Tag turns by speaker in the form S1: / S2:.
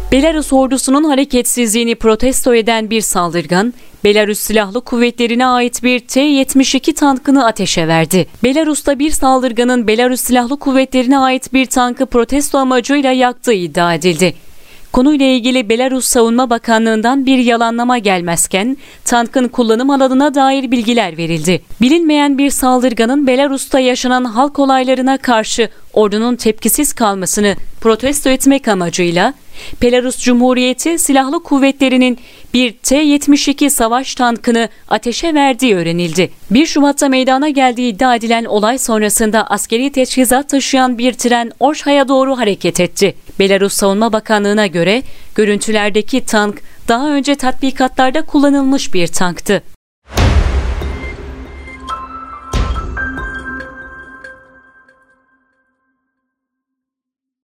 S1: Belarus ordusunun hareketsizliğini protesto eden bir saldırgan, Belarus Silahlı Kuvvetleri'ne ait bir T-72 tankını ateşe verdi. Belarus'ta bir saldırganın Belarus Silahlı Kuvvetleri'ne ait bir tankı protesto amacıyla yaktığı iddia edildi. Konuyla ilgili Belarus Savunma Bakanlığı'ndan bir yalanlama gelmezken tankın kullanım alanına dair bilgiler verildi. Bilinmeyen bir saldırganın Belarus'ta yaşanan halk olaylarına karşı ordunun tepkisiz kalmasını protesto etmek amacıyla Belarus Cumhuriyeti Silahlı Kuvvetleri'nin bir T-72 savaş tankını ateşe verdiği öğrenildi. 1 Şubat'ta meydana geldiği iddia edilen olay sonrasında askeri teçhizat taşıyan bir tren Orsha'ya doğru hareket etti. Belarus Savunma Bakanlığı'na göre görüntülerdeki tank daha önce tatbikatlarda kullanılmış bir tanktı.